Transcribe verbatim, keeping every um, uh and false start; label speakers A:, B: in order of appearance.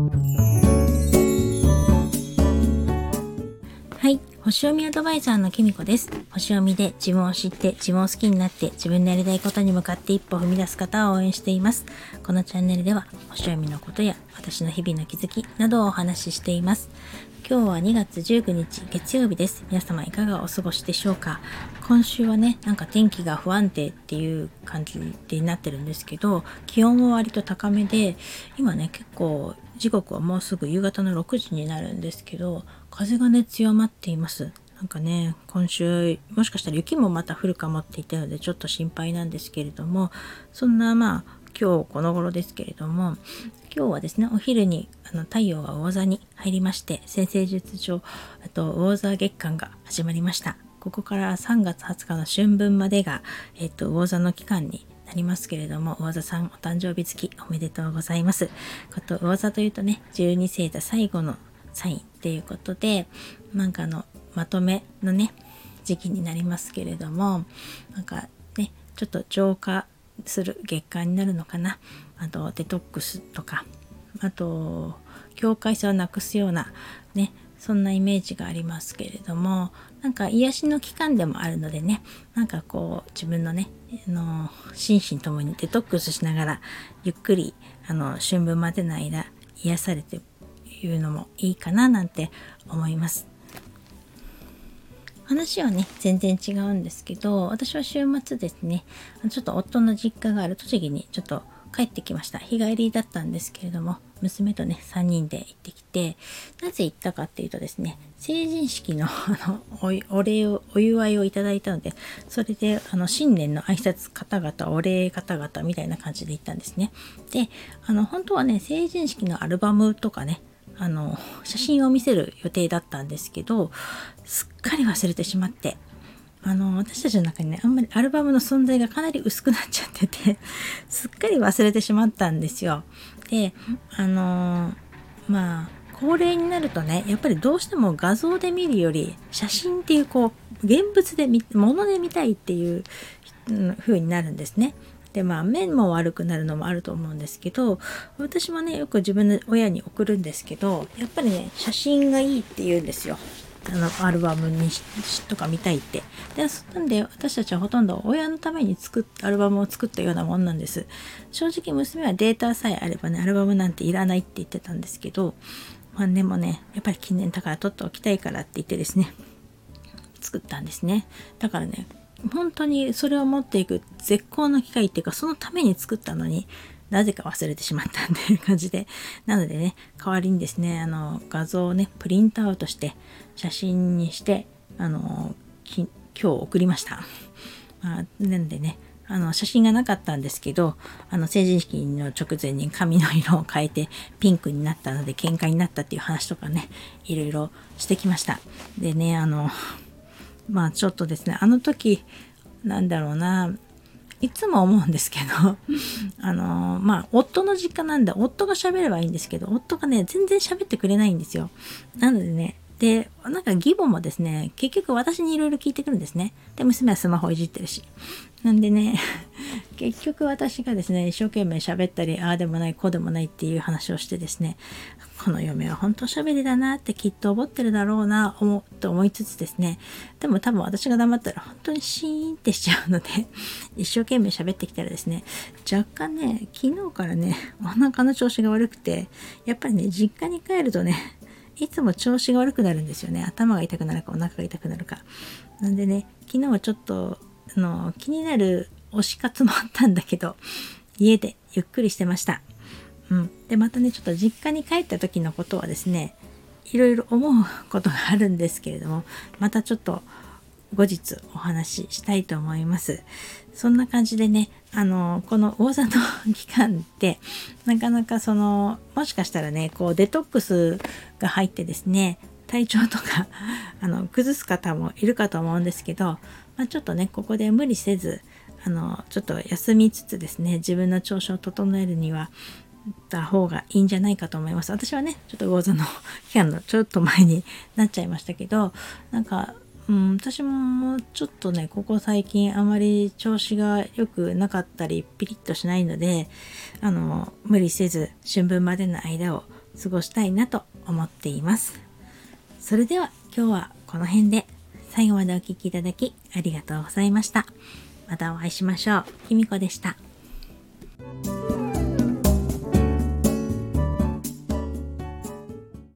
A: はい、星読みアドバイザーのきみこです。星読みで自分を知って自分を好きになって自分のやりたいことに向かって一歩踏み出す方を応援しています。このチャンネルでは星読みのことや私の日々の気づきなどをお話ししています。今日はにがつじゅうくにち月曜日です。皆様いかがお過ごしでしょうか。今週はね、なんか天気が不安定っていう感じになってるんですけど、気温は割と高めで、今ね結構時刻はもうすぐ夕方のろくじになるんですけど、風がね強まっています。なんかね、今週もしかしたら雪もまた降るかもって言ったのでちょっと心配なんですけれども、そんなまあ今日この頃ですけれども、今日はですねお昼にあの太陽が魚座に入りまして、占星術上あと魚座月間が始まりました。ここからさんがつはつかの春分までが、えっと、魚座の期間になりますけれども、魚座さんお誕生日月おめでとうございます。こと魚座というとね、じゅうに星座最後のサインっていうことで、なんかのまとめのね時期になりますけれども、なんかねちょっと浄化する月間になるのかな。あとデトックスとか、あと境界線をなくすようなね、そんなイメージがありますけれども、なんか癒しの期間でもあるのでね、なんかこう自分のねあの心身ともにデトックスしながらゆっくりあの春分までの間癒されているのもいいかななんて思います。話はね全然違うんですけど、私は週末ですね、ちょっと夫の実家がある栃木にちょっと帰ってきました。日帰りだったんですけれども、娘とねさんにんで行ってきて、なぜ行ったかっていうとですね、成人式のあの お, お礼をお祝いをいただいたので、それであの新年の挨拶方々お礼方々みたいな感じで行ったんですね。で、あの本当はね成人式のアルバムとかね、あの写真を見せる予定だったんですけど、すっかり忘れてしまって、あの私たちの中にねあんまりアルバムの存在がかなり薄くなっちゃっててすっかり忘れてしまったんですよ。で、あのまあ高齢になるとね、やっぱりどうしても画像で見るより写真っていうこう現物で見物で見たいっていう風になるんですね。でまあ目も悪くなるのもあると思うんですけど、私もねよく自分の親に送るんですけど、やっぱりね写真がいいって言うんですよ。あのアルバムにとか見たいって。でなんで私たちはほとんど親のために作ったアルバムを作ったようなもんなんです。正直娘はデータさえあればねアルバムなんていらないって言ってたんですけど、まあでもねやっぱり記念だから撮っておきたいからって言ってですね作ったんですね。だからね本当にそれを持っていく絶好の機会っていうか、そのために作ったのになぜか忘れてしまったっていう感じで、なのでね代わりにですねあの画像をねプリントアウトして写真にしてあのき今日送りました。まあ、なんでねあの写真がなかったんですけど、あの成人式の直前に髪の色を変えてピンクになったので喧嘩になったっていう話とかねいろいろしてきました。でねあのまあちょっとですねあの時なんだろうないつも思うんですけどあのまあ夫の実家なんで夫が喋ればいいんですけど、夫がね全然喋ってくれないんですよ。なのでね、でなんか義母もですね結局私にいろいろ聞いてくるんですね。で娘はスマホいじってるし、なんでね結局私がですね一生懸命喋ったり、ああでもないこうでもないっていう話をしてですね、この嫁は本当喋りだなってきっと思ってるだろうな思と思いつつですね、でも多分私が黙ったら本当にシーンってしちゃうので一生懸命喋ってきたらですね、若干ね昨日からねお腹の調子が悪くて、やっぱりね実家に帰るとねいつも調子が悪くなるんですよね。頭が痛くなるかお腹が痛くなるか。なんでね昨日はちょっとあの気になる推し活もあったんだけど家でゆっくりしてました。うん、でまたねちょっと実家に帰った時のことはですねいろいろ思うことがあるんですけれども、またちょっと後日お話ししたいと思います。そんな感じでねあのこの魚座の期間ってなかなかそのもしかしたらねこうデトックスが入ってですね体調とかあの崩す方もいるかと思うんですけど、まあ、ちょっとねここで無理せずあのちょっと休みつつですね自分の調子を整えるにはた方がいいんじゃないかと思います。私はねちょっと魚座の期間のちょっと前になっちゃいましたけど、なんか、うん、私もちょっとねここ最近あまり調子が良くなかったりピリッとしないので、あの無理せず春分までの間を過ごしたいなと思っています。それでは今日はこの辺で、最後までお聞きいただきありがとうございました。またお会いしましょう。きみこでした。